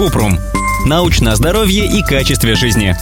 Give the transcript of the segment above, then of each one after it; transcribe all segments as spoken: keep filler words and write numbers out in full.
Купрум. Научное здоровье и качестве жизни.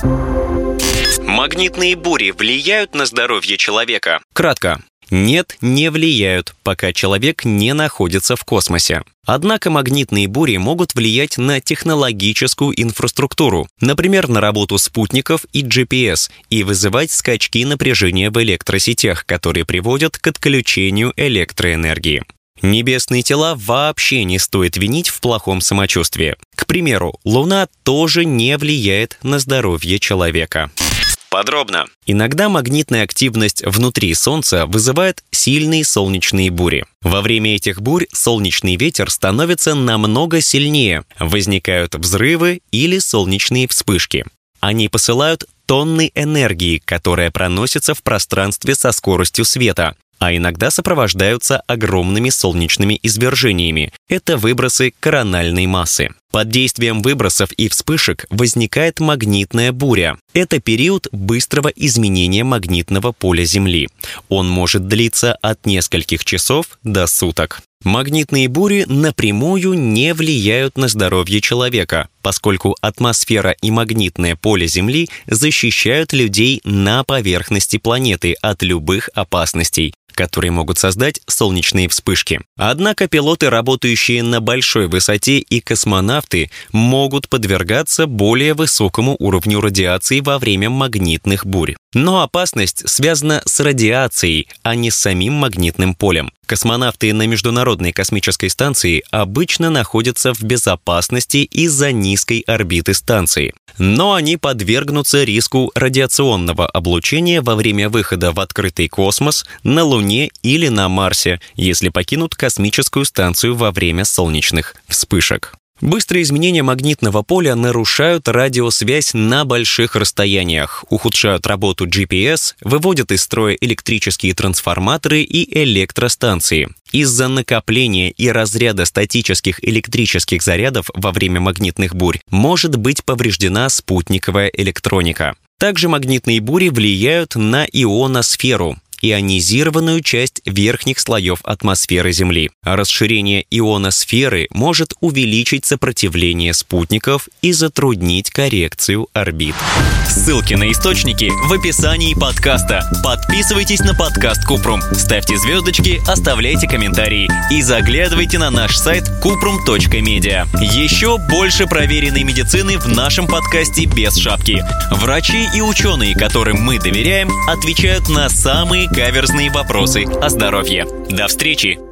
Магнитные бури влияют на здоровье человека? Кратко. Нет, не влияют, пока человек не находится в космосе. Однако магнитные бури могут влиять на технологическую инфраструктуру, например, на работу спутников и джи пи эс, и вызывать скачки напряжения в электросетях, которые приводят к отключению электроэнергии. Небесные тела вообще не стоит винить в плохом самочувствии. К примеру, Луна тоже не влияет на здоровье человека. Подробно. Иногда магнитная активность внутри Солнца вызывает сильные солнечные бури. Во время этих бурь солнечный ветер становится намного сильнее, возникают взрывы или солнечные вспышки. Они посылают тонны энергии, которая проносится в пространстве со скоростью света, а иногда сопровождаются огромными солнечными извержениями. Это выбросы корональной массы. Под действием выбросов и вспышек возникает магнитная буря. Это период быстрого изменения магнитного поля Земли. Он может длиться от нескольких часов до суток. Магнитные бури напрямую не влияют на здоровье человека, поскольку атмосфера и магнитное поле Земли защищают людей на поверхности планеты от любых опасностей, которые могут создать солнечные вспышки. Однако пилоты, работающие на большой высоте, и космонавты могут подвергаться более высокому уровню радиации во время магнитных бурь. Но опасность связана с радиацией, а не с самим магнитным полем. Космонавты на Международной космической станции обычно находятся в безопасности из-за низкой орбиты станции. Но они подвергнутся риску радиационного облучения во время выхода в открытый космос, на Луне или на Марсе, если покинут космическую станцию во время солнечных вспышек. Быстрые изменения магнитного поля нарушают радиосвязь на больших расстояниях, ухудшают работу джи пи эс, выводят из строя электрические трансформаторы и электростанции. Из-за накопления и разряда статических электрических зарядов во время магнитных бурь может быть повреждена спутниковая электроника. Также магнитные бури влияют на ионосферу, ионизированную часть верхних слоев атмосферы Земли. Расширение ионосферы может увеличить сопротивление спутников и затруднить коррекцию орбит. Ссылки на источники в описании подкаста. Подписывайтесь на подкаст Купрум, ставьте звездочки, оставляйте комментарии и заглядывайте на наш сайт купрум точка медиа. Еще больше проверенной медицины в нашем подкасте без шапки. Врачи и ученые, которым мы доверяем, отвечают на самые каверзные вопросы о здоровье. До встречи!